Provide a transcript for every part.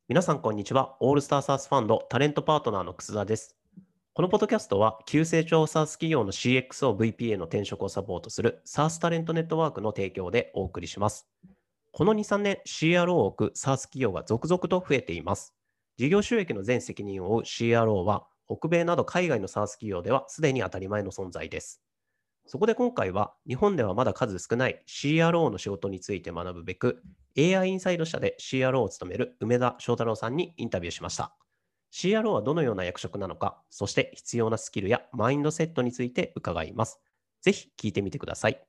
皆さん、こんにちは。オールスターサースファンドタレントパートナーの楠田です。このポッドキャストは、急成長サース企業の CXO、VP への転職をサポートするサースタレントネットワークの提供でお送りします。この2、3年、CRO を置くサース企業が続々と増えています。事業収益の全責任を負う CRO は、北米など海外のサース企業ではすでに当たり前の存在です。そこで今回は、日本ではまだ数少ない CRO の仕事について学ぶべく、AI インサイド社で CRO を務める梅田翔太郎さんにインタビューしました。CRO はどのような役職なのか、そして必要なスキルやマインドセットについて伺います。ぜひ聞いてみてください。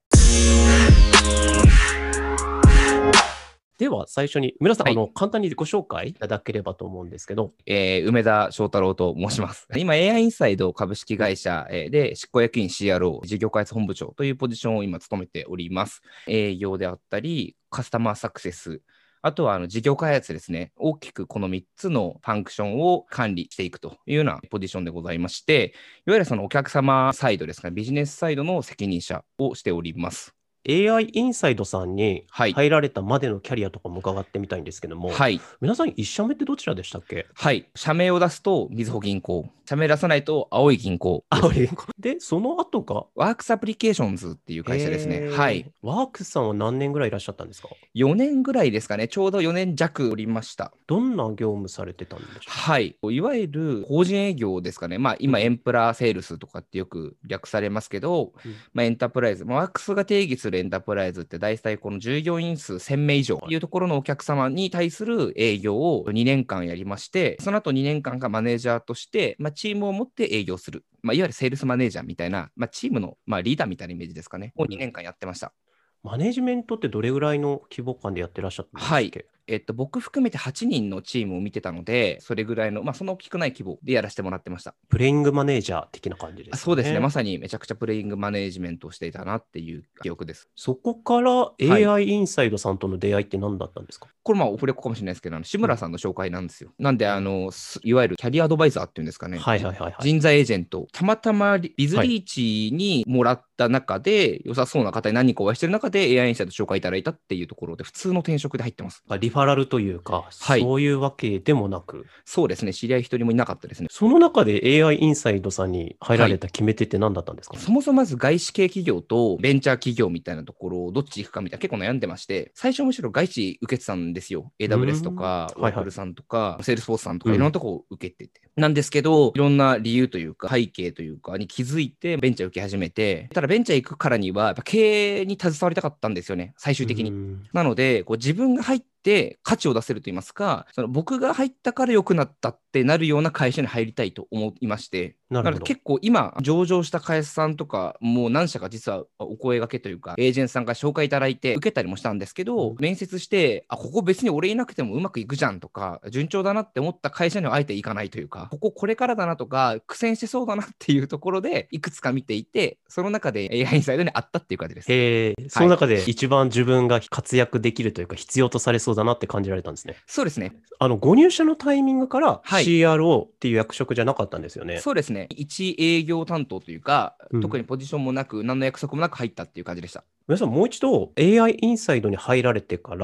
では最初に皆さん、簡単にご紹介いただければと思うんですけど、 梅田翔太郎と申します。今 AI インサイド株式会社で執行役員 CRO 事業開発本部長というポジションを今務めております。営業であったりカスタマーサクセス、あとは事業開発ですね。大きくこの3つのファンクションを管理していくというようなポジションでございまして、いわゆるそのお客様サイドですかね、ビジネスサイドの責任者をしております。 AI インサイドさんに入られたまでのキャリアとかも伺ってみたいんですけども、 はい、 皆さん1社目ってどちらでしたっけ？ はい、社名を出すとみずほ銀行、社名出さないと青い銀行です、ね。 青い銀行で、その後がワークスアプリケーションズっていう会社ですね。はい。 ワークスさんは何年ぐらいいらっしゃったんですか 4年ぐらいですかね。ちょうど4年弱おりました。 どんな業務されてたんでしょうか？ はい。いわゆる法人営業ですかね。まあ今、エンプラーセールスとかってよく略されますけど、エンタープライズ、ワークスが定義するエンタープライズって大体この従業員数1000名以上というところのお客様に対する営業を2年間やりまして、その後2年間がマネージャーとして、チームを持って営業する。いわゆるセールスマネージャーみたいな、チームのリーダーみたいなイメージですかね。を2年間やってました。 マネジメントってどれぐらいの規模感でやってらっしゃったんですっけ？ はい。僕含めて8人のチームを見てたので、それぐらいの、そんな大きくない規模でやらせてもらってました。 プレイングマネージャー的な感じですかね。 そうですね。まさにめちゃくちゃプレイングマネージメントをしていたなっていう記憶です。 そこから AI インサイドさんとの出会いって何だったんですか？ これオフレコかもしれないですけど、志村さんの紹介なんですよ。なんで、いわゆるキャリアアドバイザーっていうんですかね。人材エージェント。たまたまビズリーチにもらった中で、良さそうな方に何人かお会いしてる中で AI インサイド紹介いただいたっていうところで、普通の転職で入ってます。 リファラルというか、そういうわけでもなく。 そうですね。知り合い一人もいなかったですね。 その中で AI インサイドさんに入られた決め手って何だったんですか？ そもそもまず外資系企業とベンチャー企業みたいなところをどっち行くかみたいな結構悩んでまして、最初むしろ外資受けてたんですよ。AWS とか、ワークルさんとか、セールスフォースさんとかいろんなとこ受けてて。なんですけど、いろんな理由というか背景というかに気づいてベンチャー受け始めて、ただベンチャー行くからにはやっぱ経営に携わりたかったんですよね、最終的に。なので、自分が入って価値を出せると言いますか、その僕が入ったから良くなったってなるような会社に入りたいと思いまして、なので結構今上場した会社さんとかもう何社か実はお声掛けというかエージェントさんが紹介いただいて受けたりもしたんですけど、面接してここ別に俺いなくてもうまくいくじゃんとか順調だなって思った会社にはあえて行かないというか、これからだなとか苦戦してそうだなっていうところでいくつか見ていて、その中で AI インサイドにあったっていう感じです。 その中で一番自分が活躍できるというか必要とされそうだなって感じられたんですね。 そうですね。 ご入社のタイミングから CRO っていう役職じゃなかったんですよね。 そうですね。一営業担当というか、特にポジションもなく何の約束もなく入ったっていう感じでした。 皆さんもう一度 AI インサイドに入られてから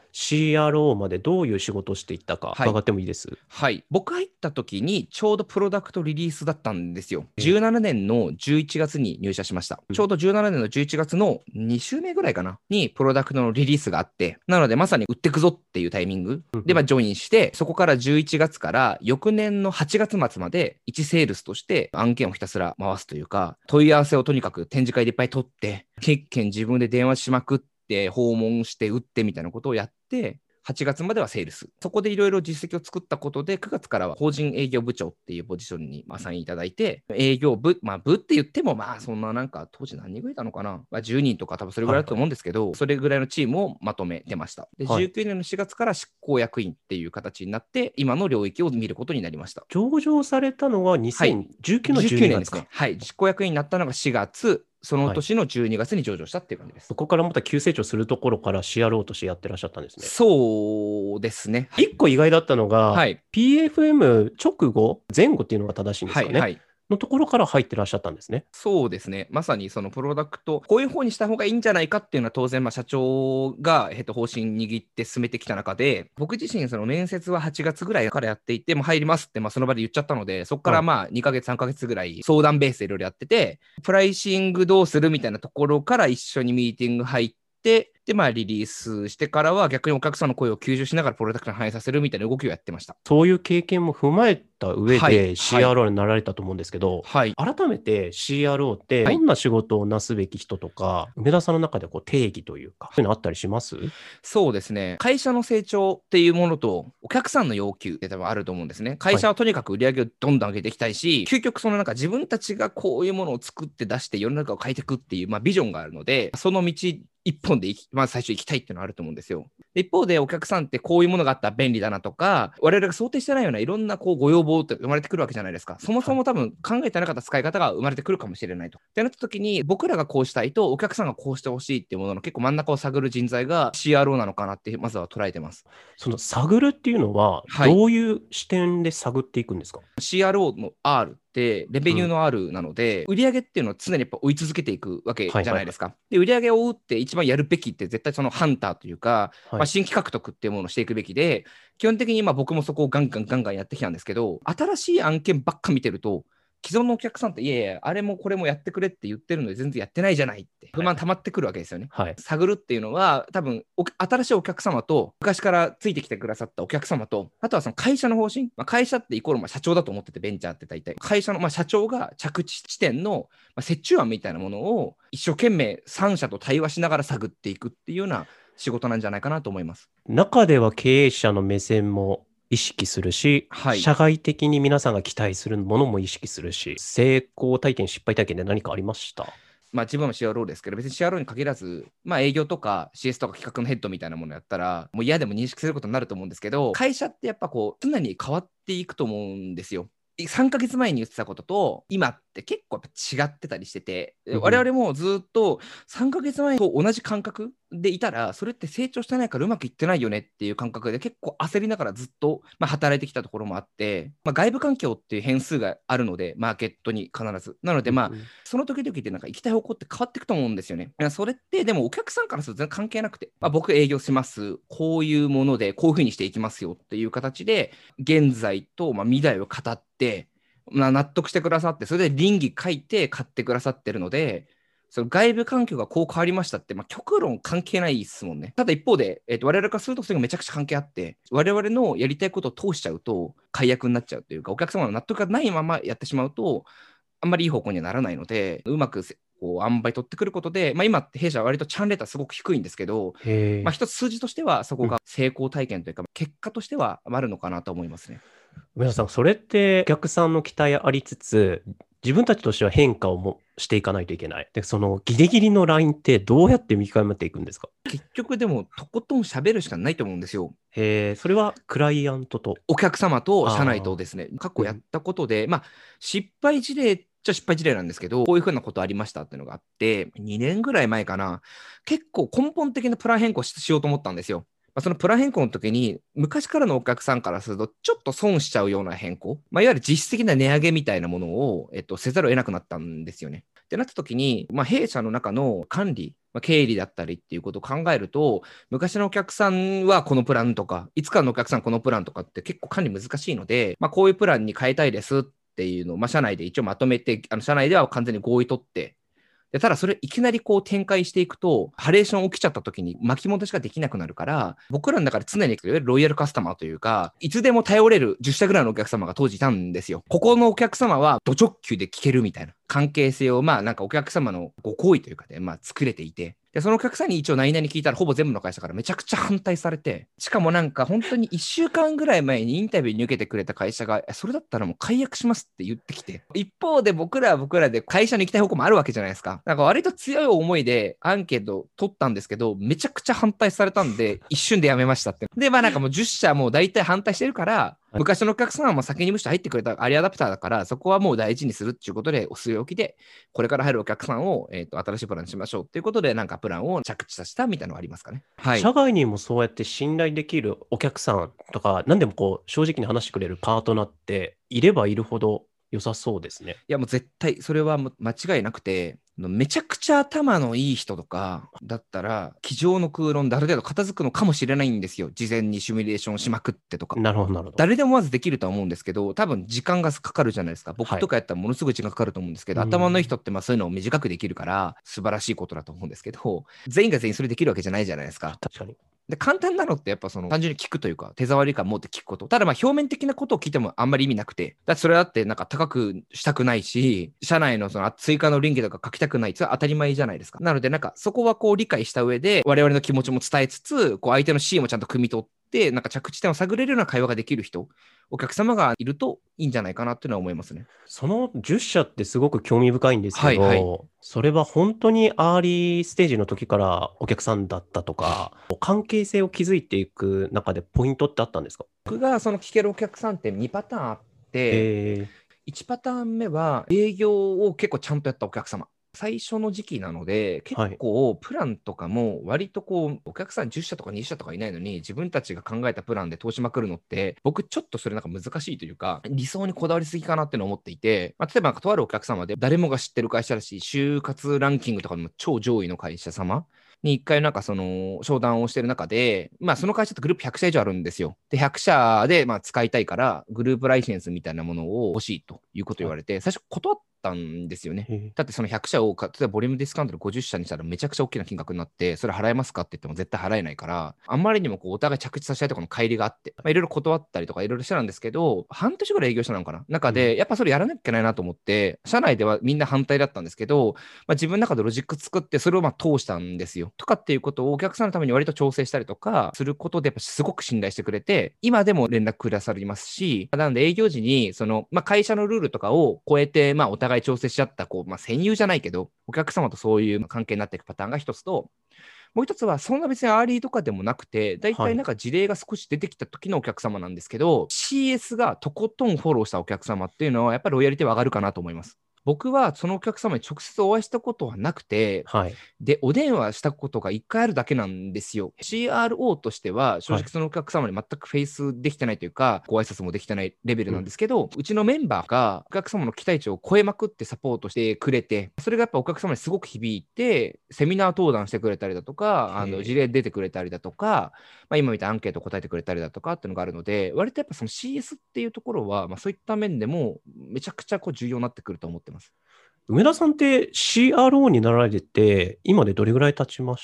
、CRO までどういう仕事をしていったか伺ってもいいです？ はい。僕入った時にちょうどプロダクトリリースだったんですよ。17年の11月に入社しました。ちょうど17年の11月の2週目ぐらいかなにプロダクトのリリースがあって、なのでまさに売ってくぞっていうタイミングでジョインして、そこから11月から翌年の8月末まで1セールスとして案件をひたすら回すというか、問い合わせをとにかく展示会でいっぱい取って、結件自分で電話しまくって、訪問して打ってみたいなことをやって、8月まではセールス。そこでいろいろ実績を作ったことで、9月からは法人営業部長っていうポジションにアサインいただいて、営業部、部って言っても、そんな当時何人ぐらいいたのかな、10人とか多分それぐらいだと思うんですけど、それぐらいのチームをまとめてました。で、19年の4月から執行役員っていう形になって、今の領域を見ることになりました。 上場されたのは2019の12月ですね。はい。執行役員になったのが4月。その年の12月に上場したっていう感じです。 そこからまた急成長するところから CRO としてやってらっしゃったんですね。 そうですね。 一個意外だったのが、PFM 直後、前後っていうのが正しいんですかね。 のところから入ってらっしゃったんですね。 そうですね。まさにそのプロダクト、こういう方にした方がいいんじゃないかっていうのは当然、社長が、方針握って進めてきた中で、僕自身その面接は8月ぐらいからやっていて、もう入りますってその場で言っちゃったので、そこから2ヶ月、3ヶ月ぐらい相談ベースでいろいろやってて、プライシングどうするみたいなところから一緒にミーティング入って、で、リリースしてからは逆にお客さんの声を吸収しながらプロダクトに反映させるみたいな動きをやってました。 そういう経験も踏まえた上で CRO になられたと思うんですけど、 はい。 改めて CRO ってどんな仕事をなすべき人とか、梅田さんの中で定義というか、そういうのあったりします？ そうですね。会社の成長っていうものと、お客さんの要求って多分あると思うんですね。会社はとにかく売り上げをどんどん上げていきたいし、究極自分たちがこういうものを作って出して世の中を変えていくっていう、ビジョンがあるので、その道一本でまず最初行きたいっていうのはあると思うんですよ。一方でお客さんってこういうものがあったら便利だなとか、我々が想定してないようないろんなご要望って生まれてくるわけじゃないですか。そもそも多分考えてなかった使い方が生まれてくるかもしれないと。ってなった時に、僕らがこうしたいとお客さんがこうしてほしいっていうものの結構真ん中を探る人材が CRO なのかなってまずは捉えてます。 その探るっていうのは、どういう視点で探っていくんですか？ CRO の R ってレベニューの R なので、売上っていうのを常にやっぱ追い続けていくわけじゃないですか。で、売上を追うって一番やるべきって絶対そのハンターというか、新規獲得っていうものをしていくべきで、基本的に僕もそこをガンガンやってきたんですけど、新しい案件ばっか見てると、既存のお客さんって、いやいや、あれもこれもやってくれって言ってるので、全然やってないじゃないって、不満溜まってくるわけですよね。探るっていうのは、多分新しいお客様と、昔からついてきてくださったお客様と、あとはその会社の方針、会社ってイコール社長だと思ってて、ベンチャーって大体、会社の社長が着地地点の折衷案みたいなものを、一生懸命3社と対話しながら探っていくっていうような仕事なんじゃないかなと思います。 中では経営者の目線も意識するし、社外的に皆さんが期待するものも意識するし、成功体験、失敗体験で何かありました？ 自分も CRO ですけど、別に CRO に限らず、営業とか CS とか企画のヘッドみたいなものやったら、もう嫌でも認識することになると思うんですけど、会社ってやっぱ常に変わっていくと思うんですよ。3ヶ月前に言ってたことと今って結構やっぱ違ってたりしてて、我々もずっと3ヶ月前と同じ感覚でいたら、それって成長してないからうまくいってないよねっていう感覚で結構焦りながらずっと働いてきたところもあって、外部環境っていう変数があるので、マーケットに必ず。なのでその時々で行きたい方向って変わっていくと思うんですよね。それってでもお客さんからすると全然関係なくて、僕営業します。こういうものでこういうふうにしていきますよっていう形で、現在と未来を語って、納得してくださって、それで倫理書いて買ってくださってるので、その外部環境がこう変わりましたって、極論関係ないですもんね。ただ一方で、我々からするとそれがめちゃくちゃ関係あって、我々のやりたいことを通しちゃうと、解約になっちゃうというか、お客様の納得がないままやってしまうと、あんまりいい方向にはならないので、うまく塩梅取ってくることで、今って弊社は割とチャンレーターすごく低いんですけど、一つ数字としてはそこが成功体験というか、結果としてはあるのかなと思いますね。 梅田さん、それってお客さんの期待ありつつ、自分たちとしては変化をしていかないといけない。で、そのギリギリのラインってどうやって見極めていくんですか？ 結局でも、とことん喋るしかないと思うんですよ。 それはクライアントとお客様と社内とですね、過去やったことで、失敗事例っちゃ失敗事例なんですけど、こういうふうなことありましたっていうのがあって、2年ぐらい前かな、結構根本的なプラン変更しようと思ったんですよ。そのプラン変更の時に、昔からのお客さんからすると、ちょっと損しちゃうような変更、いわゆる実質的な値上げみたいなものを、せざるを得なくなったんですよね。ってなった時に、弊社の中の管理、経理だったりっていうことを考えると、昔のお客さんはこのプランとか、いつかのお客さんこのプランとかって結構管理難しいので、こういうプランに変えたいですっていうのを、社内で一応まとめて、社内では完全に合意取って、でただそれいきなり展開していくと、ハレーション起きちゃった時に巻き戻しができなくなるから、僕らの中で常にロイヤルカスタマーというか、いつでも頼れる10社ぐらいのお客様が当時いたんですよ。ここのお客様はド直球で聞けるみたいな関係性を、お客様のご好意というかで、作れていて、でそのお客さんに一応何々聞いたらほぼ全部の会社からめちゃくちゃ反対されて、しかも本当に1週間ぐらい前にインタビューに受けてくれた会社が、それだったらもう解約しますって言ってきて、一方で僕らは僕らで会社に行きたい方向もあるわけじゃないですか。割と強い思いでアンケート取ったんですけど、めちゃくちゃ反対されたんで、一瞬でやめましたって。で、もう10社もう大体反対してるから、昔のお客さんはもう先にむしろ入ってくれたアリアダプターだから、そこはもう大事にするっていうことで、お据え置きで、これから入るお客さんを、新しいプランにしましょうっていうことで、プランを着地させたみたいなのがありますかね。 社外にもそうやって信頼できるお客さんとか、何でも正直に話してくれるパートナーっていればいるほど良さそうですね。 いやもう絶対それはもう間違いなくて、めちゃくちゃ頭のいい人とかだったら机上の空論である程度片付くのかもしれないんですよ。事前にシミュレーションしまくってとか。 なるほど、なるほど。 誰でもまずできるとは思うんですけど、多分時間がかかるじゃないですか。僕とかやったらものすごい時間かかると思うんですけど、頭のいい人ってまあそういうのを短くできるから素晴らしいことだと思うんですけど、全員が全員それできるわけじゃないじゃないですか。 確かに。 で簡単なのってやっぱその単純に聞くというか手触り感持って聞くこと。ただまあ表面的なことを聞いてもあんまり意味なくて、だってそれだってなんか高くしたくないし、社内のその追加の倫理とか書きたくない。それは当たり前じゃないですか。なのでなんかそこはこう理解した上で我々の気持ちも伝えつつ、こう相手のシーンもちゃんと汲み取って、なんか着地点を探れるような会話ができる人、お客様がいるといいんじゃないかなっていうのは思いますね。 その10社ってすごく興味深いんですけど、 はいはい、 それは本当にアーリーステージの時からお客さんだったとか、関係性を築いていく中でポイントってあったんですか？ 僕がその聞けるお客さんって2パターンあって、1パターン目は営業を結構ちゃんとやったお客様。最初の時期なので、結構プランとかも割とこう、お客さん10社とか20社とかいないのに、自分たちが考えたプランで通しまくるのって、僕ちょっとそれなんか難しいというか、理想にこだわりすぎかなってのを思っていて、例えばなんかとあるお客様で誰もが知ってる会社だし、就活ランキングとかでも超上位の会社様に一回なんかその商談をしてる中で、まあその会社ってグループ100社以上あるんですよ。で、100社でまあ使いたいからグループライセンスみたいなものを欲しいということを言われて、最初断ったんですよね。だってその100社を、例えばボリュームディスカウントで50社にしたらめちゃくちゃ大きな金額になって、それ払えますかって言っても絶対払えないから、あんまりにもこうお互い着地させたいとかの乖離があって、いろいろ断ったりとかいろいろしてたんですけど、半年ぐらい営業したのかな中で、やっぱそれやらなきゃいけないなと思って、社内ではみんな反対だったんですけど、自分の中でロジック作って、それをまあ通したんですよ。とかっていうことをお客さんのために割と調整したりとかすることで、やっぱすごく信頼してくれて、今でも連絡くださりますし、なので営業時に、その、会社のルールとかを超えて、お互い調整し合った、戦友じゃないけど、お客様とそういう関係になっていくパターンが一つと、もう一つは、そんな別にアーリーとかでもなくて、大体なんか事例が少し出てきた時のお客様なんですけど、CS がとことんフォローしたお客様っていうのは、やっぱりロイヤリティは上がるかなと思います。僕はそのお客様に直接お会いしたことはなくて、で、お電話したことが1回あるだけなんですよ。CRO としては、正直そのお客様に全くフェイスできてないというか、ご挨拶もできてないレベルなんですけど、うちのメンバーがお客様の期待値を超えまくってサポートしてくれて、それがやっぱお客様にすごく響いて、セミナー登壇してくれたりだとか、事例出てくれたりだとか、今みたいなアンケート答えてくれたりだとかっていうのがあるので、割とやっぱその CS っていうところは、そういった面でもめちゃくちゃ重要になってくると思ってます。 梅田さんって CRO になられて、今でどれぐらい経ちました？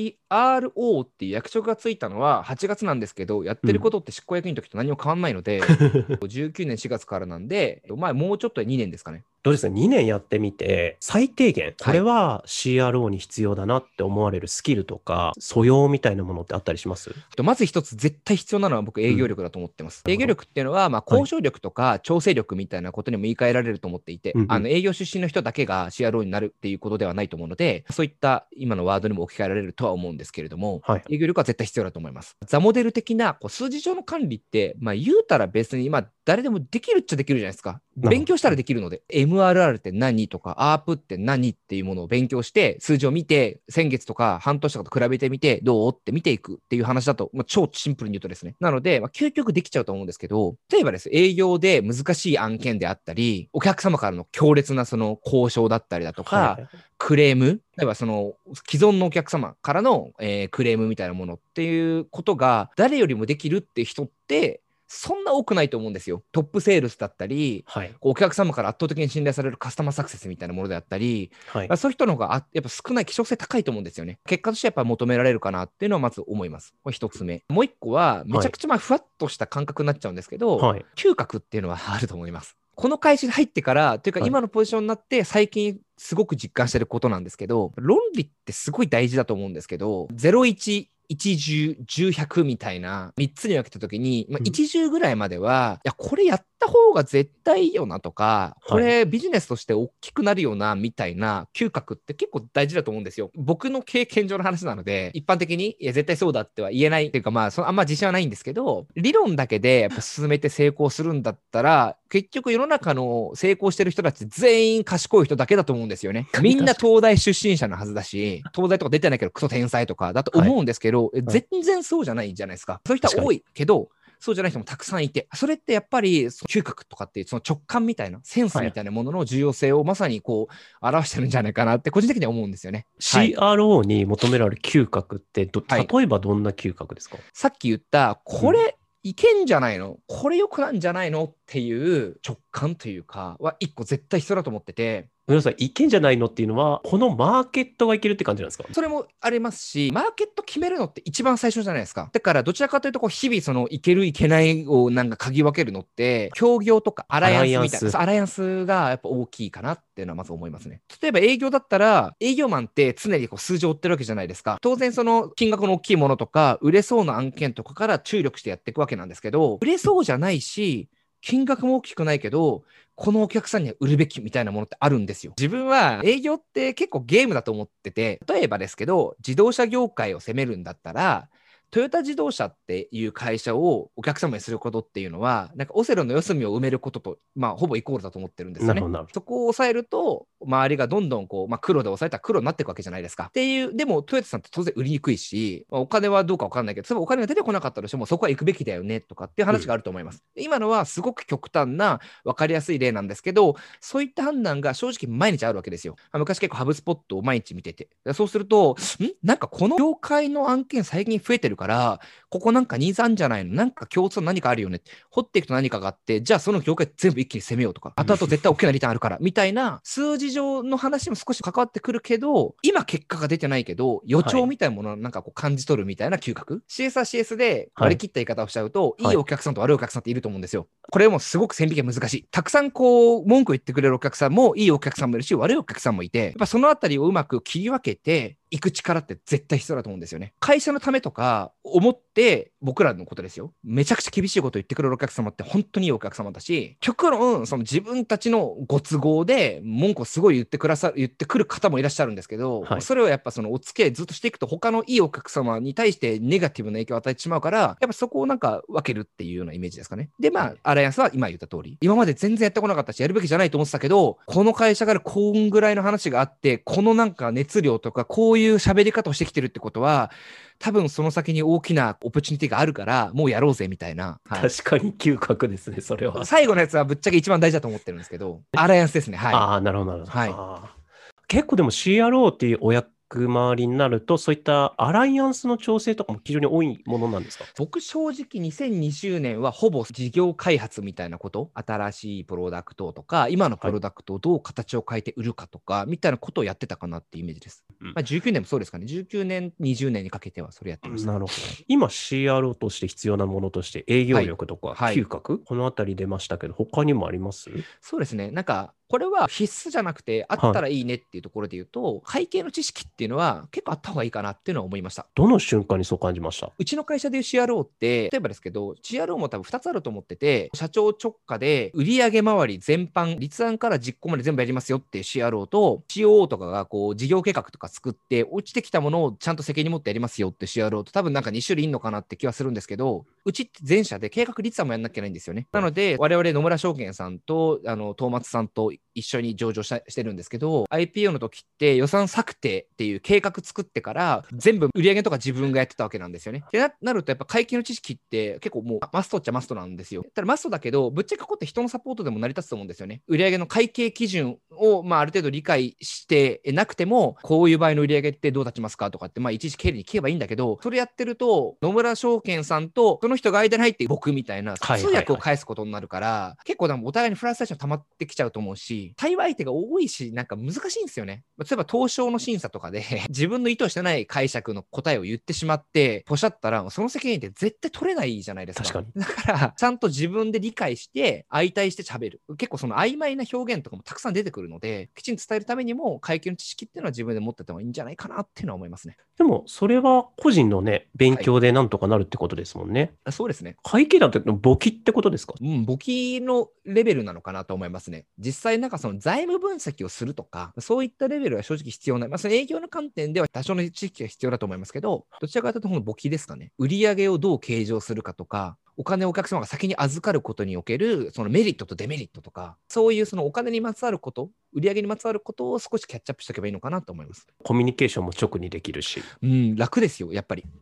CRO っていう役職がついたのは8月なんですけど、やってることって執行役員の時と何も変わんないので、19年4月からなんで、もうちょっとで2年ですかね。 どうですか、2年やってみて、最低限、これは CRO に必要だなって思われるスキルとか、素養みたいなものってあったりします？ まず一つ絶対必要なのは僕営業力だと思ってます。営業力っていうのは、交渉力とか調整力みたいなことにも言い換えられると思っていて、営業出身の人だけが CRO になるっていうことではないと思うので、そういった今のワードにも置き換えられるとは思うんですけれども、営業力は絶対必要だと思います。ザモデル的な数字上の管理って、言うたら別に誰でもできるっちゃできるじゃないですか。勉強したらできるので、MRR って何とか、ARP って何っていうものを勉強して、数字を見て、先月とか半年とかと比べてみて、どうって見ていくっていう話だと、超シンプルに言うとですね。なので、究極できちゃうと思うんですけど、例えばです、営業で難しい案件であったり、お客様からの強烈なその交渉だったりだとか、クレーム、例えばその既存のお客様からの、クレームみたいなものっていうことが、誰よりもできるって人って、そんな多くないと思うんですよ。トップセールスだったり、お客様から圧倒的に信頼されるカスタマーサクセスみたいなものであったり、そういう人の方がやっぱ少ない、希少性高いと思うんですよね。結果としてやっぱ求められるかなっていうのはまず思います。これ一つ目。もう一個は、めちゃくちゃふわっとした感覚になっちゃうんですけど、嗅覚っていうのはあると思います。この会社に入ってから、というか今のポジションになって最近すごく実感してることなんですけど、論理ってすごい大事だと思うんですけど、01、110、10、100みたいな3つに分けたときに、10ぐらいまでは、いや、これやった方が絶対いいよなとか、これビジネスとして大きくなるよなみたいな嗅覚って結構大事だと思うんですよ。僕の経験上の話なので、一般的に、いや、絶対そうだっては言えないっていうか、あんま自信はないんですけど、理論だけでやっぱ進めて成功するんだったら、結局世の中の成功してる人たち全員賢い人だけだと思うんですよね。みんな東大出身者のはずだし、東大とか出てないけどクソ天才とかだと思うんですけど、全然そうじゃないじゃないですか。そういう人は多いけど、 そうじゃない人もたくさんいて、それってやっぱり嗅覚とかっていうその直感みたいなセンスみたいなものの重要性をまさにこう表してるんじゃないかなって個人的には思うんですよね。 CRO に求められる嗅覚ってはい、 例えばどんな嗅覚ですか？ さっき言ったこれ、いけんじゃないのこれ良くなんじゃないのっていう直感というかは一個絶対必要だと思ってて、 ごめんなさい、いけんじゃないのっていうのは、このマーケットがいけるって感じなんですか？ それもありますし、マーケット決めるのって一番最初じゃないですか。だからどちらかというとこう日々そのいけるいけないをなんか嗅ぎ分けるのって協業とかアライアンスみたいな、そうアライアンスがやっぱ大きいかなっていうのはまず思いますね。例えば営業だったら営業マンって常にこう数字を追ってるわけじゃないですか。当然その金額の大きいものとか売れそうな案件とかから注力してやっていくわけなんですけど、売れそうじゃないし金額も大きくないけど、このお客さんには売るべきみたいなものってあるんですよ。自分は営業って結構ゲームだと思ってて、例えばですけど、自動車業界を攻めるんだったら、トヨタ自動車っていう会社をお客様にすることっていうのは、なんかオセロの四隅を埋めることと、まあ、ほぼイコールだと思ってるんですよね。 なるほど、なるほど。 そこを抑えると、周りがどんどんこう、まあ、黒で抑えたら黒になっていくわけじゃないですか。っていう、でもトヨタさんって当然売りにくいし、まあ、お金はどうか分かんないけど、例えばお金が出てこなかったとしても、そこは行くべきだよねとかっていう話があると思います。今のはすごく極端な分かりやすい例なんですけど、そういった判断が正直毎日あるわけですよ。昔結構ハブスポットを毎日見てて、そうすると、なんかこの業界の案件最近増えてるから、ここなんかニーズあるんじゃないの、なんか共通の何かあるよね。掘っていくと何かがあって、じゃあその業界全部一気に攻めようとか、後々絶対大きなリターンあるから、みたいな数字上の話も少し関わってくるけど、今結果が出てないけど、予兆みたいなものをなんかこう感じ取るみたいな嗅覚。CS は CS で割り切った言い方をしちゃうと、いいお客さんと悪いお客さんっていると思うんですよ。これもすごく線引きが難しい。たくさんこう、文句言ってくれるお客さんも、いいお客さんもいるし、悪いお客さんもいて、やっぱそのあたりをうまく切り分けて、行く力って絶対必要だと思うんですよね。会社のためとか思って僕らのことですよ。めちゃくちゃ厳しいこと言ってくれるお客様って本当にいいお客様だし、極論その自分たちのご都合で文句をすごい言ってくる方もいらっしゃるんですけど、 はい、 それをやっぱそのお付き合いずっとしていくと他のいいお客様に対してネガティブな影響を与えてしまうから、やっぱそこをなんか分けるっていうようなイメージですかね。でまあアライアンスは今言った通り、今まで全然やってこなかったしやるべきじゃないと思ってたけど、この会社からこんぐらいの話があって、このなんか熱量とかこういう喋り方をしてきてるってことは、多分その先に大きなオプチュニティがあるからもうやろうぜみたいな、 はい、確かに嗅覚ですね、それは。 最後のやつはぶっちゃけ一番大事だと思ってるんですけど、アライアンスですね。はい。 ああ、なるほど、なるほど。 はい、 結構でも CRO っていうお役回りになると、そういったアライアンスの調整とかも非常に多いものなんですか？ 僕正直2020年はほぼ事業開発みたいなこと、新しいプロダクトとか今のプロダクトをどう形を変えて売るかとかみたいなことをやってたかなっていうイメージです。まあ、19年もそうですかね。19年20年にかけてはそれやってました。 なるほど。今 CRO として必要なものとして営業力とか嗅覚、このあたり出ましたけど他にもあります？ そうですね。なんかこれは必須じゃなくてあったらいいねっていうところで言うと、会計の知識っていうのは結構あった方がいいかなっていうのは思いました。 どの瞬間にそう感じました？ うちの会社でいう CRO って、例えばですけど、CRO も多分2つあると思ってて、社長直下で売上周り全般、立案から実行まで全部やりますよっていう CRO と、COO とかがこう事業計画とか作って、落ちてきたものをちゃんと責任持ってやりますよっていう CRO と、多分なんか2種類いるのかなって気はするんですけど、うちって全社で計画立案もやんなきゃいけないんですよね。なので、我々野村証券さんと東松さんと一緒に上場してるんですけど、IPO の時って予算策定っていう計画作ってから、全部売上とか自分がやってたわけなんですよね。ってなると、やっぱ会計の知識って結構もうマストっちゃマストなんですよ。ただマストだけど、ぶっちゃけここって人のサポートでも成り立つと思うんですよね。売上の会計基準を、まあ、ある程度理解してなくても、こういう場合の売上ってどう立ちますかとかって、まあ、いちいち経理に聞けばいいんだけど、それやってると、野村証券さんとその人が間に入って僕みたいな通訳を返すことになるから、結構お互いにフラストレーション溜まってきちゃうと思うし、対話相手が多いし、なんか難しいんですよね。例えば東証の審査とかで自分の意図してない解釈の答えを言ってしまって、ポシャったら、その責任って絶対取れないじゃないですか。 確かに。 だから、ちゃんと自分で理解して、相対して喋る。結構その曖昧な表現とかもたくさん出てくるので、きちんと伝えるためにも、会計の知識っていうのは自分で持ってた方がいいんじゃないかなっていうのは思いますね。 でも、それは個人のね、勉強でなんとかなるってことですもんね。 そうですね。 会計だって簿記ってことですか？ 簿記のレベルなのかなと思いますね。実際なんかその財務分析をするとか、そういったレベルは正直必要ない。まあ、その営業の観点では多少の知識が必要だと思いますけど、どちらかというとこの簿記ですかね。売上をどう計上するかとか、お金をお客様が先に預かることにおけるそのメリットとデメリットとか、そういうそのお金にまつわること、売上にまつわることを少しキャッチアップしておけばいいのかなと思います。 コミュニケーションも直にできるし。 楽ですよ、やっぱり。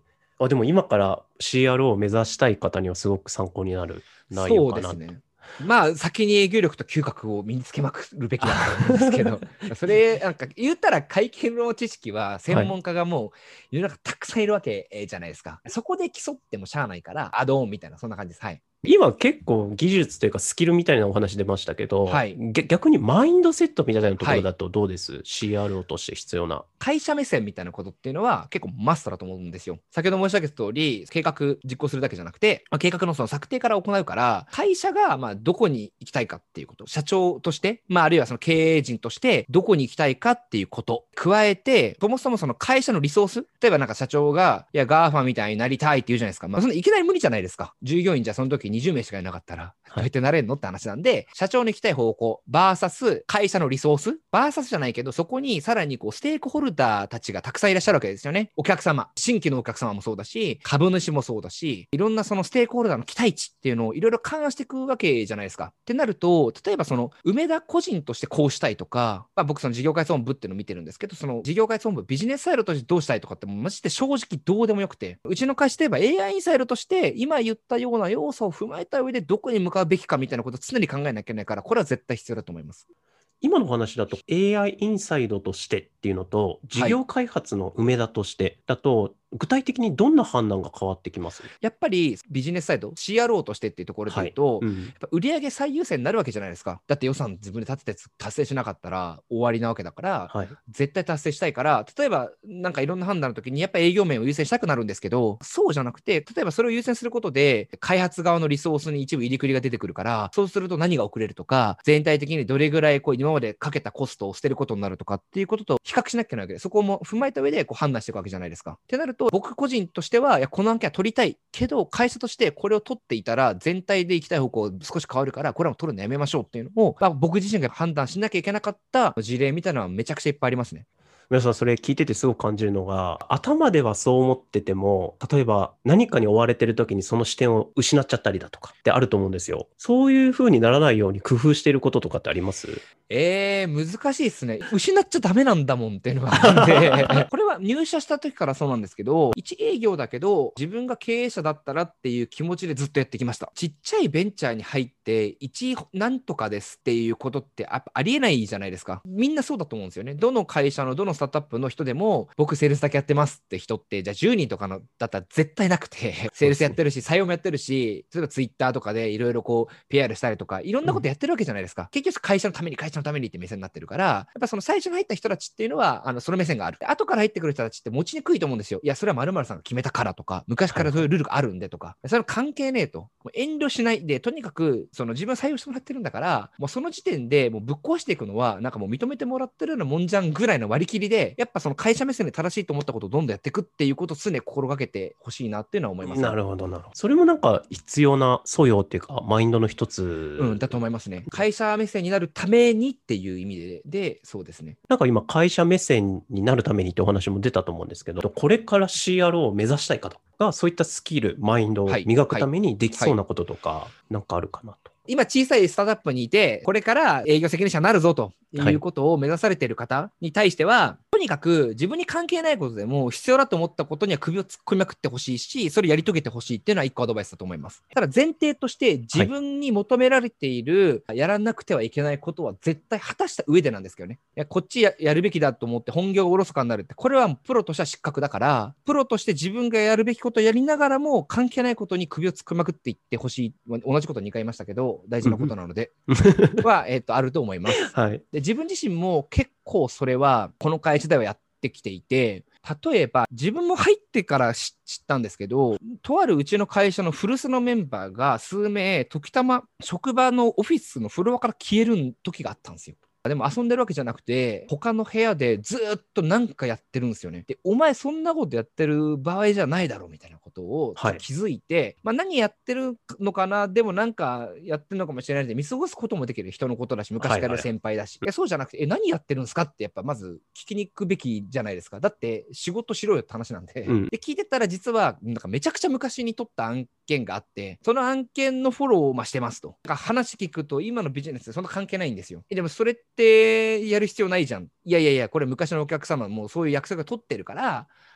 でも今から CRO を目指したい方にはすごく参考になる内容かなと。 そうですね。まあ先に営業力と嗅覚を身につけまくるべきだと思うんですけどそれなんか言ったら会計の知識は専門家がもう世の中たくさんいるわけじゃないですか。そこで競ってもしゃあないからアドオンみたいなそんな感じです。はい。 今結構技術というかスキルみたいなお話出ましたけど、 はい、 逆にマインドセットみたいなところだとどうです、CRO として必要な。 会社目線みたいなことっていうのは結構マストだと思うんですよ。先ほど申し上げた通り、計画実行するだけじゃなくて、計画のその策定から行うから、会社がどこに行きたいかっていうこと、社長として、あるいはその経営陣としてどこに行きたいかっていうこと、加えて、そもそもその会社のリソース、例えばなんか社長が、いや、GAFA みたいになりたいって言うじゃないですか。そんないきなり無理じゃないですか。従業員じゃその時20名しかいなかったら、どうやってなれんのって話なんで、社長の行きたい方向、VS 会社のリソース、VS じゃないけど、そこにさらにステークホルダーたちがたくさんいらっしゃるわけですよね。お客様、新規のお客様もそうだし、株主もそうだし、いろんなそのステークホルダーの期待値っていうのをいろいろ勘案していくわけじゃないですか。ってなると、例えばその梅田個人としてこうしたいとか、僕その事業開発本部っていうのを見てるんですけど、その事業開発本部ビジネスサイドとしてどうしたいとかってもうマジで正直どうでもよくて、うちの会社で言えば AI インサイドとして今言ったような要素を踏まえた上でどこに向かうべきかみたいなことを常に考えなきゃいけないから、これは絶対必要だと思います。 今の話だと AI インサイドとしてっていうのと、事業開発の梅田としてだと、具体的にどんな判断が変わってきます？ やっぱりビジネスサイド CRO としてっていうところで言うと、やっぱ売上最優先になるわけじゃないですか。だって予算自分で立てて達成しなかったら終わりなわけだから、絶対達成したいから、例えばなんかいろんな判断の時にやっぱ営業面を優先したくなるんですけど、そうじゃなくて、例えばそれを優先することで開発側のリソースに一部入りくりが出てくるから、そうすると何が遅れるとか、全体的にどれぐらい今までかけたコストを捨てることになるとかっていうことと比較しなきゃいけないわけで、そこも踏まえた上で判断していくわけじゃないですか。ってなると、僕個人としては、いや、この案件は取りたいけど、会社としてこれを取っていたら、全体で行きたい方向少し変わるから、これはもう取るのやめましょうっていうのを、僕自身が判断しなきゃいけなかった事例みたいなのはめちゃくちゃいっぱいありますね。 皆さんそれ聞いててすごく感じるのが、頭ではそう思ってても、例えば何かに追われてる時にその視点を失っちゃったりだとかってあると思うんですよ。そういう風にならないように工夫していることとかってあります？ 難しいですね。失っちゃダメなんだもんっていうのがあるんでこれは入社した時からそうなんですけど、一営業だけど自分が経営者だったらっていう気持ちでずっとやってきました。ちっちゃいベンチャーに入って一なんとかですっていうことってありえないじゃないですか。みんなそうだと思うんですよね。どの会社のどのスタートアップの人でも、僕セールスだけやってますって人って、じゃあ10人とかのだったら絶対なくてセールスやってるし採用もやってるし、例えばツイッターとかでいろいろPR したりとかいろんなことやってるわけじゃないですか。結局会社のためにって目線になってるから、やっぱその最初に入った人たちっていうのはその目線がある。後から入ってくる人たちって持ちにくいと思うんですよ。いや、それは〇〇さんが決めたからとか、昔からそういうルールがあるんでとか、それは関係ねえと。もう遠慮しないで、とにかくその自分は採用してもらってるんだから、もうその時点でもうぶっ壊していくのは、なんかもう認めてもらってるようなもんじゃんぐらいの割り切りで、やっぱその会社目線で正しいと思ったことをどんどんやっていくっていうことを常に心がけてほしいなっていうのは思います、ね。 なるほど、なるほど。それもなんか必要な素養っていうか、マインドの一つ、 だと思いますね。会社目線になるためにっていう意味で、そうですね。 なんか今、会社目線になるためにってお話も出たと思うんですけど、これから CRO を目指したい方が、そういったスキル、マインドを磨くためにできそうなこととか、なんかあるかなと。 今小さいスタートアップにいて、これから営業責任者になるぞということを目指されている方に対しては、とにかく自分に関係ないことでも必要だと思ったことには首を突っ込みまくってほしいし、それやり遂げてほしいっていうのは一個アドバイスだと思います。ただ前提として自分に求められている、やらなくてはいけないことは絶対果たした上でなんですけどね。いや、こっち やるべきだと思って本業がおろそかになるって、これはプロとしては失格だから、プロとして自分がやるべきことをやりながらも関係ないことに首を突っ込みまくっていってほしい。同じこと2回言いましたけど、大事なことなので。は、あると思います。で自分自身も結構それはこの会社ではやってきていて、例えば自分も入ってから知ったんですけど、とあるうちの会社の古巣のメンバーが数名時たま職場のオフィスのフロアから消える時があったんですよ。でも遊んでるわけじゃなくて、他の部屋でずっと何かやってるんですよね。で、お前そんなことやってる場合じゃないだろうみたいなことを気づいて、何やってるのかな、でもなんかやってるのかもしれないので、見過ごすこともできる人のことだし、昔から先輩だし、いやそうじゃなくて、何やってるんですかってやっぱまず聞きに行くべきじゃないですか。だって仕事しろよって話なんで。で、聞いてたら実はなんかめちゃくちゃ昔に取った案件があって、その案件のフォローをしてますと。話聞くと今のビジネスでそんな関係ないんですよ。でもそれってやる必要ないじゃん。いや、これ昔のお客様もそういう約束が取ってるから、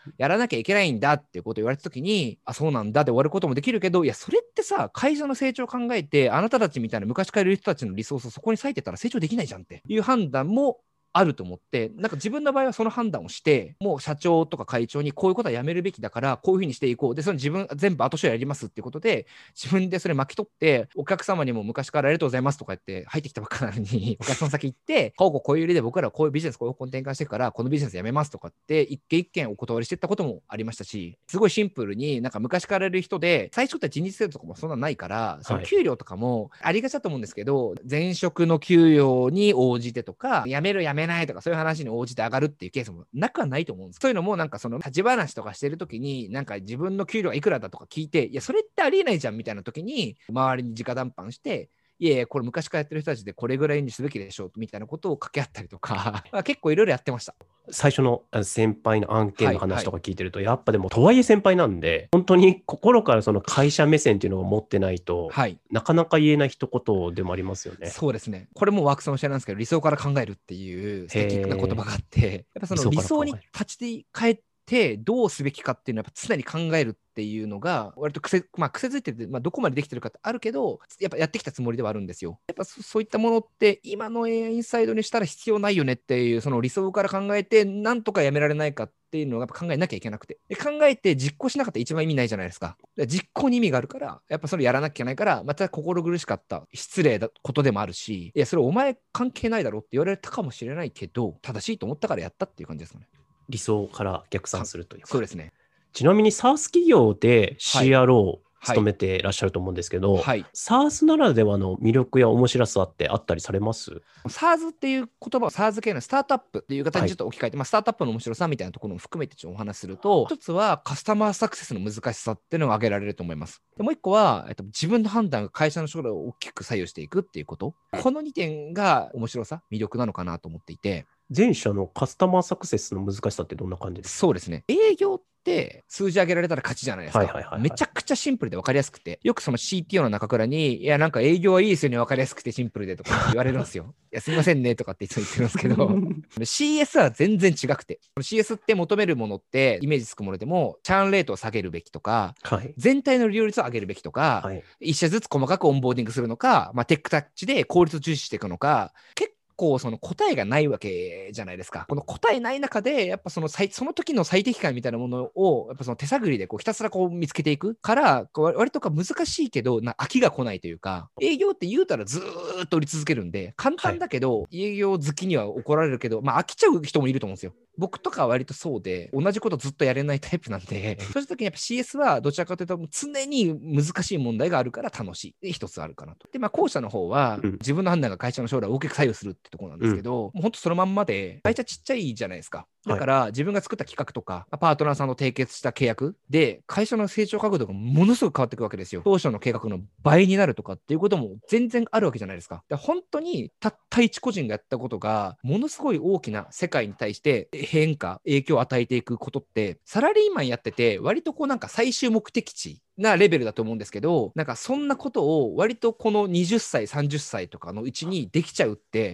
やらなきゃいけないんだっていうことを言われた時に、あ、そうなんだで終わることもできるけど、いや、それってさ、会社の成長を考えて、あなたたちみたいな昔からいる人たちのリソースをそこに割いてたら成長できないじゃんっていう判断もあると思って、なんか自分の場合はその判断をして、もう社長とか会長にこういうことはやめるべきだから、こういうふうにしていこう。で、その自分全部後処理やりますっていうことで、自分でそれ巻き取って、お客様にも昔からありがとうございますとか言って入ってきたばっかなのに、お客さん先行って、こういう理で僕らはこういうビジネス、こういう方向転換してるから、このビジネスやめますとかって、一件一件お断りしていったこともありましたし、すごいシンプルになんか昔からいる人で、最初って人事制度とかもそんなないから、その給料とかもありがちだと思うんですけど、前職の給与に応じてとか、辞める辞めないとかそういう話に応じて上がるっていうケースもなくはないと思うんです。そういうのもなんかその立ち話とかしてる時になんか自分の給料がいくらだとか聞いて、いやそれってありえないじゃんみたいな時に周りに直談判して、いやいやこれ昔からやってる人たちでこれぐらいにすべきでしょうみたいなことを掛け合ったりとか結構いろいろやってました。 最初の先輩の案件の話とか聞いてると、やっぱでもとはいえ先輩なんで、本当に心からその会社目線っていうのを持ってないと、なかなか言えない一言でもありますよね。 そうですね。これもワークスの教えなんですけど、理想から考えるっていう素敵な言葉があって、やっぱその理想に立ち返ってどうすべきかっていうのはやっぱ常に考えるっていうのが割と癖づいてて、どこまでできてるかってあるけど、やっぱやってきたつもりではあるんですよ。やっぱそういったものって今の AI インサイドにしたら必要ないよねっていうその理想から考えてなんとかやめられないかっていうのをやっぱ考えなきゃいけなくて、で考えて実行しなかったら一番意味ないじゃないですか。実行に意味があるからやっぱそれやらなきゃいけないから、また心苦しかった失礼なことでもあるし、いやそれお前関係ないだろって言われたかもしれないけど、正しいと思ったからやったっていう感じですかね。 理想から逆算するというか。 そうですね。 ちなみに SaaS 企業で CRO を務めていらっしゃると思うんですけど、SaaS ならではの魅力や面白さってあったりされます？ SaaS っていう言葉を SaaS 系のスタートアップっていう形にちょっと置き換えて、スタートアップの面白さみたいなところも含めてちょっとお話しすると、一つはカスタマーサクセスの難しさっていうのが挙げられると思います。でもう一個は、自分の判断が会社の将来を大きく左右していくっていうこと。この2点が面白さ、魅力なのかなと思っていて。 前者のカスタマーサクセスの難しさってどんな感じですか？ そうですね。営業って数字上げられたら勝ちじゃないですか。めちゃくちゃシンプルで分かりやすくて、よくその CTO の中倉に、いやなんか営業はいいですよね、分かりやすくてシンプルでとか言われるんですよ。いやすみませんねとかっていつも言ってるんですけど、CS は全然違くて、CS って求めるものってイメージつくものでも、チャーンレートを下げるべきとか、全体の利用率を上げるべきとか、一社ずつ細かくオンボーディングするのか、テックタッチで効率を重視していくのか、結構その答えがないわけじゃないですか。この答えない中で、やっぱその時の最適解みたいなものを、やっぱその手探りでこうひたすらこう見つけていくから、割と難しいけど、飽きが来ないというか、営業って言うたらずーっと売り続けるんで、簡単だけど、営業好きには怒られるけど、飽きちゃう人もいると思うんですよ。僕とかは割とそうで、同じことずっとやれないタイプなんで、そうした時にやっぱ CS はどちらかというと常に難しい問題があるから楽しい。一つあるかなと。で、後者の方は自分の判断が会社の将来を大きく左右するってところなんですけど、もうほんとそのまんまで、会社ちっちゃいじゃないですか。だから自分が作った企画とか、パートナーさんと締結した契約で、会社の成長角度がものすごく変わっていくわけですよ。当初の計画の倍になるとかっていうことも全然あるわけじゃないですか。で本当にたった一個人がやったことが、ものすごい大きな世界に対して影響を与えていくことって、サラリーマンやってて、割とこうなんか最終目的地なレベルだと思うんですけど、なんかそんなことを割とこの20歳、30歳とかのうちにできちゃうって、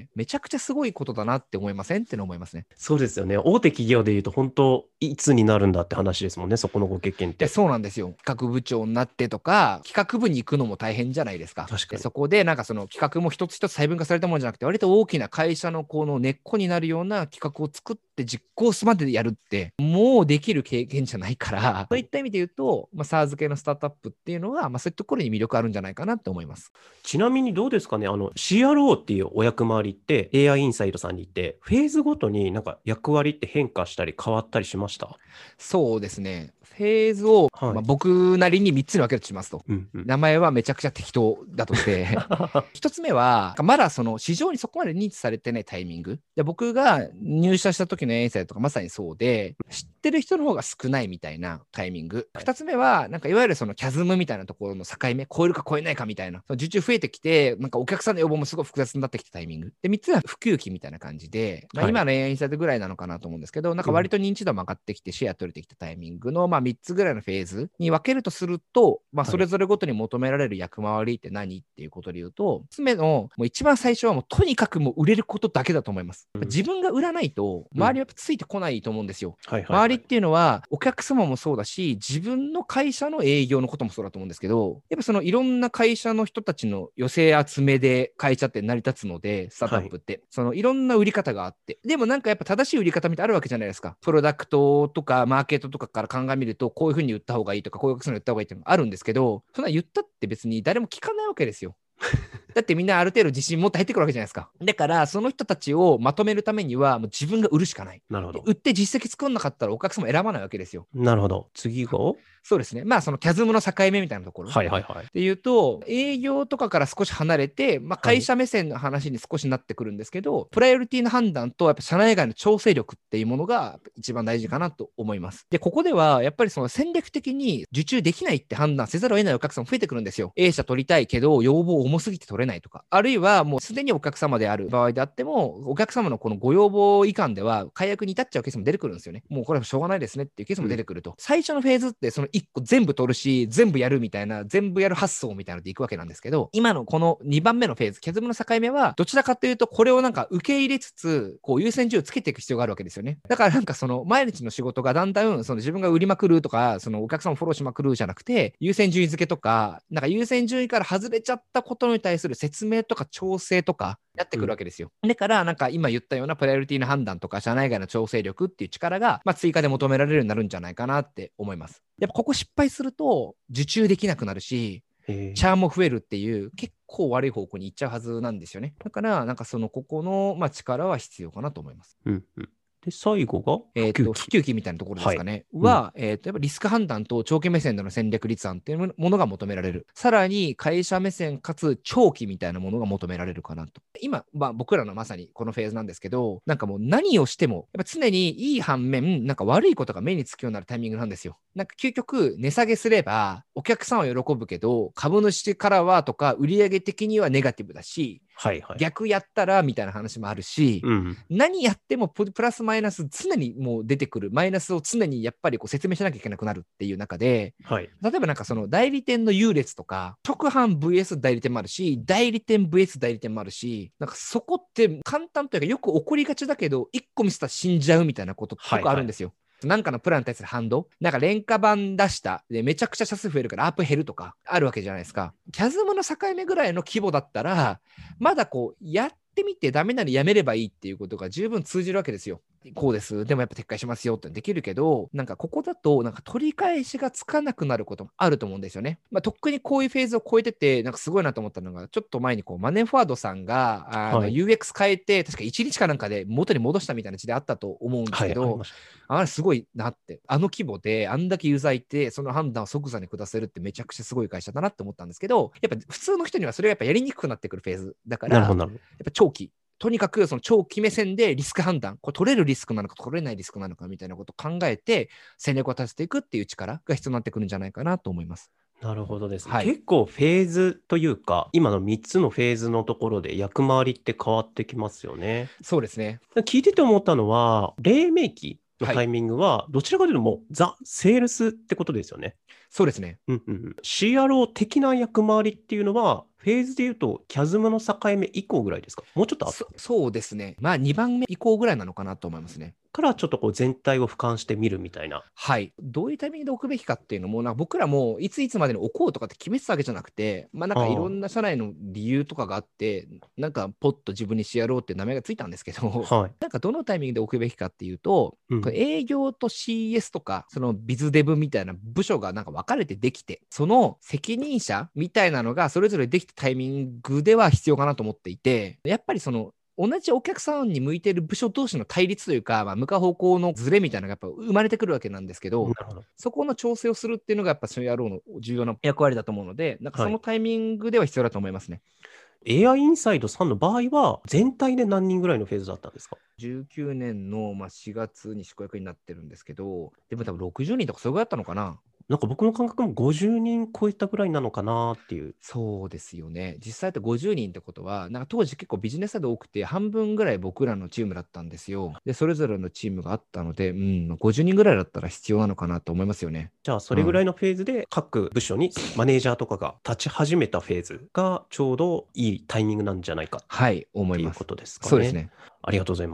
めちゃくちゃすごいことだなって思いませんっての思いますね。 そうですよね。大手企業でいうと本当いつになるんだって話ですもんね、そこのご経験って。 そうなんですよ。企画部長になってとか、企画部に行くのも大変じゃないですか。 確かに。 そこでなんかその企画も一つ一つ細分化されたものじゃなくて、割と大きな会社のこの根っこになるような企画を作って実行すまでやるって、もうできる経験じゃないから、そういった意味で言うと、SaaS 系のスタートアップっていうのは、そういうところに魅力あるんじゃないかなと思います。 ちなみにどうですかね、CRO っていうお役回りって AI インサイドさんにいて、フェーズごとになんか役割って変化したり変わったりしました？ そうですね。フェーズを、僕なりに3つに分けるとしますと、名前はめちゃくちゃ適当だとして1つ目はまだその市場にそこまで認知されてないタイミングで、僕が入社した時の AI インサイドとかまさにそうで、知ってる人の方が少ないみたいなタイミング。2つ目はなんかいわゆるそのキャズムみたいなところの境目、超えるか超えないかみたいな、その受注増えてきて、なんかお客さんの要望もすごい複雑になってきたタイミングで、3つは普及期みたいな感じで、今の AI インサイドぐらいなのかなと思うんですけど、なんか割と認知度も上がってきてシェア取れてきたタイミングの3つぐらいのフェーズに分けるとすると、それぞれごとに求められる役回りって何っていうことで言うと、1つ目のもう一番最初はもうとにかくもう売れることだけだと思います。自分が売らないと周りはついてこないと思うんですよ。周りりっていうのは、お客様もそうだし、自分の会社の営業のこともそうだと思うんですけど、やっぱそのいろんな会社の人たちの寄せ集めで会社って成り立つので、スタートアップって、そのいろんな売り方があって、でもなんかやっぱ正しい売り方みたいなのあるわけじゃないですか。プロダクトとかマーケットとかから鑑みると、こういうふうに売った方がいいとか、こういうお客さんに売った方がいいっていうのがあるんですけど、そんな言ったって別に誰も聞かないわけですよ。だってみんなある程度自信持って入ってくるわけじゃないですか。だからその人たちをまとめるためにはもう自分が売るしかない。 なるほど。 売って実績作んなかったらお客様選ばないわけですよ。 なるほど。次がそうですね。まあそのキャズムの境目みたいなところ。 はいはいはい。 っていうと、営業とかから少し離れて、まあ、会社目線の話に少しなってくるんですけど、プライオリティの判断と、やっぱ社内外の調整力っていうものが一番大事かなと思います。で、ここでは、やっぱりその戦略的に受注できないって判断せざるを得ないお客さんも増えてくるんですよ。A 社取りたいけど、要望重すぎて取れないとか、あるいはもうすでにお客様である場合であっても、お客様のこのご要望以下では、解約に至っちゃうケースも出てくるんですよね。もうこれはしょうがないですねっていうケースも出てくると。最初のフェーズって、その1個全部取るし、全部やるみたいな、全部やる発想みたいなのでいくわけなんですけど、今のこの2番目のフェーズ、キャズムの境目は、どちらかというと、これをなんか受け入れつつ、こう優先順位をつけていく必要があるわけですよね。だからなんかその毎日の仕事がだんだんその自分が売りまくるとか、そのお客さんをフォローしまくるじゃなくて、優先順位付けとか、なんか優先順位から外れちゃったことに対する説明とか調整とか、やってくるわけですよ。だからなんか今言ったようなプライオリティの判断とか、社内外の調整力っていう力が、まあ、追加で求められるようになるんじゃないかなって思います。やっぱここ失敗すると、受注できなくなるし、チャーも増えるっていう結構悪い方向に行っちゃうはずなんですよね。だからなんかそのここの、まあ、力は必要かなと思います。 うんうん。で、最後が普及期みたいなところですかね。は、やっぱリスク判断と長期目線での戦略立案っていうものが求められる。さらに会社目線かつ長期みたいなものが求められるかなと。今、まあ、僕らのまさにこのフェーズなんですけど、なんかもう何をしても、やっぱ常にいい反面、なんか悪いことが目につくようになるタイミングなんですよ。なんか究極値下げすればお客さんは喜ぶけど、株主からはとか売上的にはネガティブだし、 はいはい、 逆やったらみたいな話もあるし、何やってもプラスマイナス常にもう出てくる、マイナスを常にやっぱりこう説明しなきゃいけなくなるっていう中で、例えばなんかその代理店の優劣とか、直販 VS 代理店もあるし、代理店 VS 代理店もあるし、なんかそこって簡単というかよく起こりがちだけど、1個見せたら死んじゃうみたいなこととかあるんですよ。なんかのプランに対する反動、なんか廉価版出したでめちゃくちゃ社数増えるからアップ減るとかあるわけじゃないですか。キャズムの境目ぐらいの規模だったらまだこうやってみてダメならやめればいいっていうことが十分通じるわけですよ。こうです。でもやっぱ撤回しますよってできるけど、なんかここだとなんか取り返しがつかなくなることもあると思うんですよね。まあ、とっくにこういうフェーズを超えてて、なんかすごいなと思ったのが、ちょっと前にこうマネーフォワードさんがUX 変えて、確か1日かなんかで元に戻したみたいな時であったと思うんですけど、あれすごいなって、あの規模であんだけユーザーいて、その判断を即座に下せるってめちゃくちゃすごい会社だなって思ったんですけど、やっぱ普通の人にはそれがやっぱやりにくくなってくるフェーズだから、やっぱ長期。とにかくその長期目線でリスク判断、これ取れるリスクなのか取れないリスクなのかみたいなことを考えて戦略を立てていくっていう力が必要になってくるんじゃないかなと思います。 なるほどですね。結構フェーズというか、今の3つのフェーズのところで役回りって変わってきますよね。 そうですね。 聞いてて思ったのは、黎明期のタイミングは、どちらかというともうザ・セールスってことですよね。 そうですね。 CRO 的な役回りっていうのは、フェーズでいうと、キャズムの境目以降ぐらいですか？もうちょっとそうですね。まあ、2番目以降ぐらいなのかなと思いますね。 からちょっとこう全体を俯瞰してみるみたいな。 はい。どういうタイミングで置くべきかっていうのも、なんか僕らもいついつまでに置こうとかって決めてたわけじゃなくて、まあなんかいろんな社内の理由とかがあって、なんかポッと自分にしてやろうって名前がついたんですけど、なんかどのタイミングで置くべきかっていうと、営業と CS とか、そのビズデブみたいな部署がなんか分かれてできて、その責任者みたいなのがそれぞれできたタイミングでは必要かなと思っていて、やっぱりその、同じお客さんに向いている部署同士の対立というか、向かう方向のズレみたいなのがやっぱ生まれてくるわけなんですけど、そこの調整をするっていうのがやっぱCROの重要な役割だと思うので、なんかそのタイミングでは必要だと思いますね。 AI インサイドさんの場合は、全体で何人ぐらいのフェーズだったんですか ？19年の4月に執行役になってるんですけど、でも多分60人とかそれぐらいだったのかな。 なんか僕の感覚も50人超えたぐらいなのかなっていう。 そうですよね。実際って50人ってことは、なんか当時結構ビジネスサイド多くて、半分ぐらい僕らのチームだったんですよ。で、それぞれのチームがあったので、50人ぐらいだったら必要なのかなと思いますよね。 じゃあ、それぐらいのフェーズで各部署にマネージャーとかが立ち始めたフェーズがちょうどいいタイミングなんじゃないか。 はい、思います。 ということですかね。 そうですね。 ありがとうございます。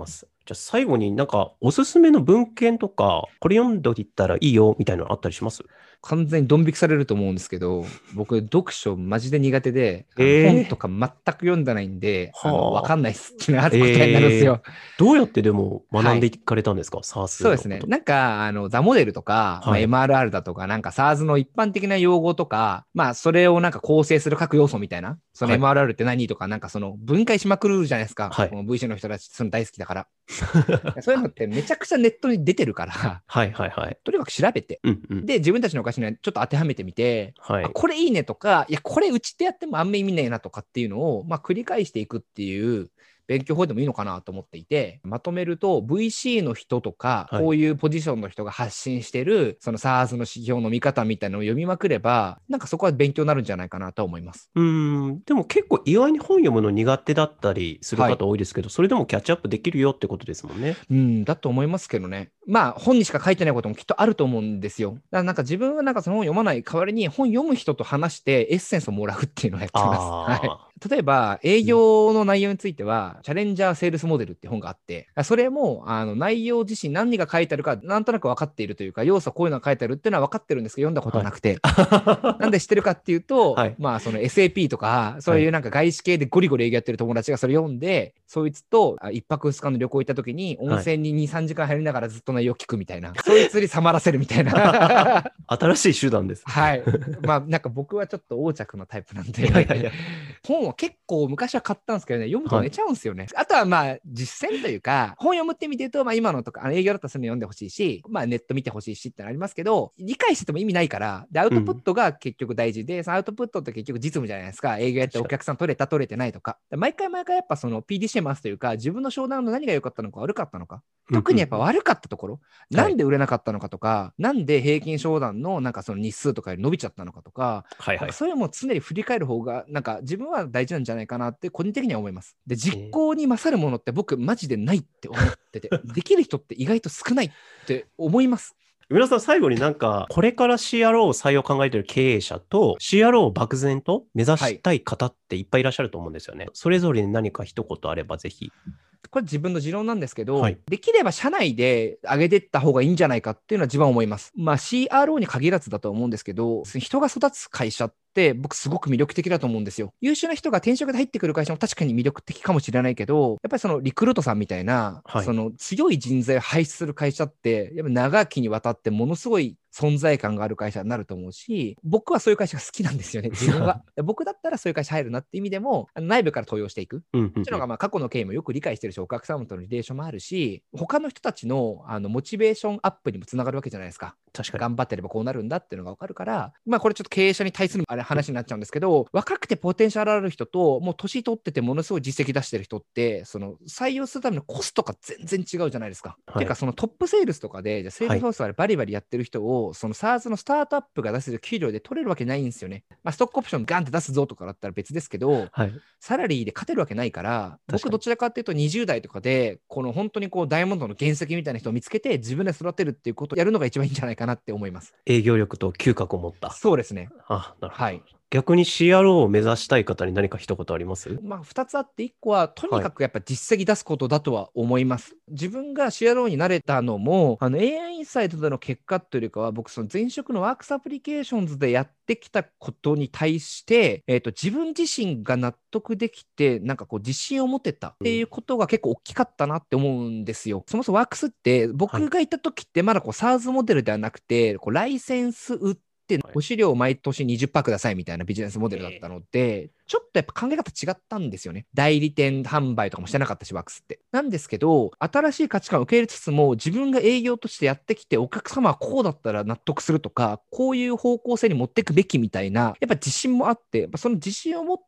じゃあ最後になんかおすすめの文献とか、これ読んどいたらいいよみたいなのあったりします？ 完全にドン引きされると思うんですけど、僕、読書マジで苦手で、本とか全く読んだないんで、わかんないっすっていうのが答えになるんですよ。 どうやってでも学んでいかれたんですか、SARS そうですね。なんか、ザモデルとか、MRR だとか、なんか SARS の一般的な用語とか、まあ、それをなんか構成する各要素みたいな、その MRR って何とか、なんかその分解しまくるじゃないですか。この VC の人たち、その大好きだから。そういうのってめちゃくちゃネットに出てるから、とにかく調べて、で、自分たちのお菓子にちょっと当てはめてみて、これいいねとか、いや、これうちでやってもあんま意味ねえなとかっていうのを、まあ、繰り返していくっていう勉強法でもいいのかなと思っていて、まとめると VC の人とか、こういうポジションの人が発信してる、その SARS の指標の見方みたいなのを読みまくれば、なんかそこは勉強になるんじゃないかなと思います。 でも結構意外に本読むの苦手だったりする方多いですけど、それでもキャッチアップできるよってことですもんね。 だと思いますけどね。まあ本にしか書いてないこともきっとあると思うんですよ。だからなんか自分はなんかその本読まない代わりに本読む人と話してエッセンスをもらうっていうのをやってます。例えば営業の内容については、チャレンジャーセールスモデルって本があって、それも内容自身何が書いてあるかなんとなく分かっているというか、要素こういうのが書いてあるっていうのは分かってるんですけど、読んだことなくて。なんで知ってるかっていうと、まあその SAP とか、そういうなんか外資系でゴリゴリ営業やってる友達がそれ読んで、そいつと一泊二日の旅行行った時に温泉に2、3時間入りながらずっと内容聞くみたいな、そいつにさまらせるみたいな。 新しい手段です。 まあなんか僕はちょっと横着なタイプなんで、本は結構昔は買ったんですけどね、読むと寝ちゃうんですよね。あとはまあ実践というか、本読むってみてると、まあ今のとか営業だったらそういうの読んでほしいし、まあネット見てほしいしってありますけど、理解してても意味ないから、でアウトプットが結局大事で、そのアウトプットって結局実務じゃないですか。営業やってお客さん取れた取れてないとか。毎回やっぱその PDCA 回すというか、自分の商談の何が良かったのか悪かったのか。特にやっぱ悪かったところ、なんで売れなかったのかとか、なんで平均商談のなんかその日数とかより伸びちゃったのかとか、そういうのも常に振り返る方がなんか自分は大事なんじゃないかなって個人的には思います。で、実行に勝るものって僕マジでないって思ってて、できる人って意外と少ないって思います。 皆さん最後になんかこれから CRO を採用を考えている経営者と CRO を漠然と目指したい方っていっぱいいらっしゃると思うんですよね。それぞれに何か一言あればぜひ。 これ自分の持論なんですけど、できれば社内で上げていった方がいいんじゃないかっていうのは自分は思います。まあ CRO に限らずだと思うんですけど、人が育つ会社って僕すごく魅力的だと思うんですよ。優秀な人が転職で入ってくる会社も確かに魅力的かもしれないけど、やっぱりそのリクルートさんみたいな、その強い人材を輩出する会社って、やっぱ長きにわたってものすごい存在感がある会社になると思うし、僕はそういう会社が好きなんですよね、自分は。僕だったらそういう会社入るなって意味でも、内部から登用していく。っていうのがまあ過去の経緯もよく理解してるし、お客様とのリレーションもあるし、他の人たちのモチベーションアップにもつながるわけじゃないですか。 確かに頑張ってればこうなるんだっていうのが分かるから、まあこれちょっと経営者に対する話になっちゃうんですけど、若くてポテンシャルある人と、もう年取っててものすごい実績出してる人って、その採用するためのコストが全然違うじゃないですか。ていうかそのトップセールスとかで、じゃセールスフォースはバリバリやってる人を、その SARS のスタートアップが出せる給料で取れるわけないんですよね。まあストックオプションガンって出すぞとかだったら別ですけど、サラリーで勝てるわけないから、僕どちらかっていうと20代とかで、この本当にこうダイヤモンドの原石みたいな人を見つけて自分で育てるっていうことをやるのが一番いいんじゃないかなって思います。 営業力と嗅覚を持った。 そうですね。 なるほど。逆に CRO を目指したい方に何か一言あります？ まあ2つあって、1個はとにかくやっぱ実績出すことだとは思います。自分が CRO になれたのもAI インサイトでの結果というよりかは、僕その前職のワークスアプリケーションズでやってきたことに対して、自分自身が納得できて、なんかこう自信を持てたっていうことが結構大きかったなって思うんですよ。そもそもワークスって僕がいた時ってまだこう SARS モデルではなくて、こうライセンス売ってご資料を毎年20%くださいみたいなビジネスモデルだったので、ちょっとやっぱ考え方違ったんですよね。代理店販売とかもしてなかったし、ワークスって。なんですけど、新しい価値観を受け入れつつも、自分が営業としてやってきて、お客様はこうだったら納得するとか、こういう方向性に持っていくべきみたいな、やっぱ自信もあって、やっぱその自信を持って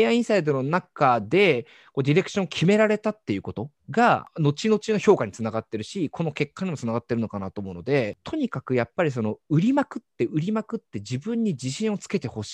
AI インサイドの中でこうディレクションを決められたっていうことが、後々の評価につながってるし、この結果にもつながってるのかなと思うので、とにかくやっぱりその売りまくって自分に自信をつけてほしいっ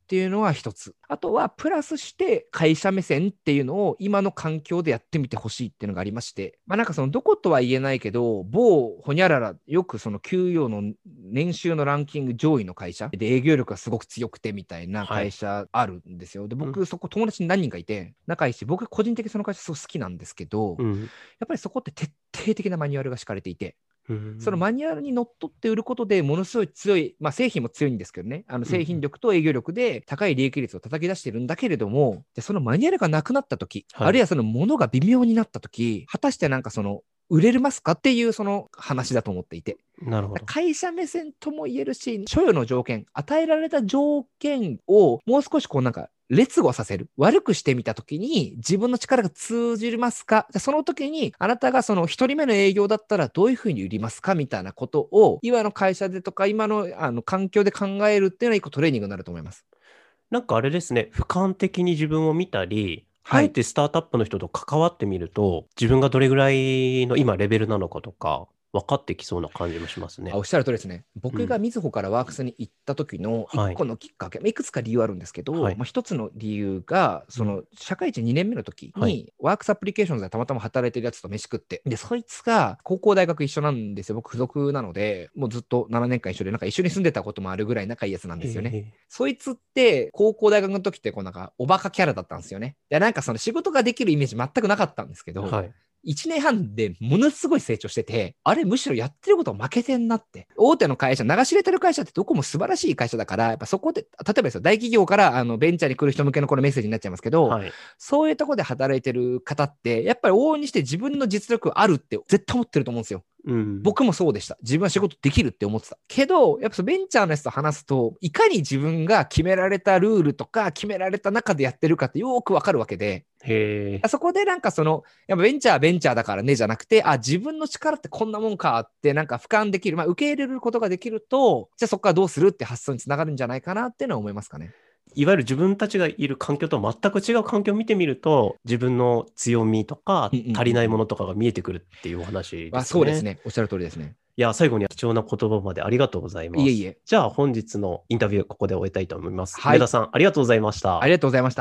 っていうのは一つ。あとはプラスして会社目線っていうのを今の環境でやってみてほしいっていうのがありまして、なんかそのどことは言えないけど、某ホニャララ、よくその給与の年収のランキング上位の会社で営業力がすごく強くてみたいな会社あるんですよ。で、僕そこ友達に何人かいて仲いいし、僕個人的にその会社すごく好きなんですけど、やっぱりそこって徹底的なマニュアルが敷かれていて、そのマニュアルにのっとって売ることでものすごい強い、製品も強いんですけどね、製品力と営業力で高い利益率を叩き出してるんだけれども、でそのマニュアルがなくなった時、あるいはそのものが微妙になった時、果たしてなんかその売れますかっていうその話だと思っていて、 なるほど。 会社目線とも言えるし、所与の条件、与えられた条件をもう少しこうなんか劣後させる、悪くしてみたときに自分の力が通じますか、その時にあなたがその一人目の営業だったらどういうふうに売りますかみたいなことを今の会社でとか今の環境で考えるっていうのは一個トレーニングになると思います。 なんかあれですね、俯瞰的に自分を見たり、あえてスタートアップの人と関わってみると、自分がどれぐらいの今レベルなのかとか分かってきそうな感じもしますね。 おっしゃるとりですね。僕がみずほからワークスに行った時の一個のきっかけ、いくつか理由あるんですけど、一つの理由が、その社会人2年目の時に、ワークスアプリケーションズでたまたま働いてるやつと飯食って、で、そいつが高校大学一緒なんですよ。僕付属なので、もうずっと7年間一緒で、なんか一緒に住んでたこともあるぐらい仲いいやつなんですよね。そいつって高校大学の時ってこうなんかおバカキャラだったんですよね。で、なんかその仕事ができるイメージ全くなかったんですけど、1年半でものすごい成長してて、あれむしろやってること負けてんなって。大手の会社、流し入れてる会社ってどこも素晴らしい会社だから、やっぱそこで、例えばですよ、大企業からベンチャーに来る人向けのこのメッセージになっちゃいますけど、そういうところで働いてる方って、やっぱり往々にして自分の実力あるって絶対思ってると思うんですよ。僕もそうでした。自分は仕事できるって思ってた。けど、やっぱベンチャーのやつと話すと、いかに自分が決められたルールとか、決められた中でやってるかってよくわかるわけで、そこでなんかその、やっぱベンチャーだからねじゃなくて、自分の力ってこんなもんかってなんか俯瞰できる、受け入れることができると、じゃあそこからどうするって発想につながるんじゃないかなっていうのは思いますかね。 いわゆる自分たちがいる環境と全く違う環境を見てみると、自分の強みとか足りないものとかが見えてくるっていうお話ですね。 そうですね。おっしゃる通りですね。 いや、最後に貴重な言葉までありがとうございます。じゃあ本日のインタビューここで終えたいと思います。上田さん、ありがとうございました。 ありがとうございました。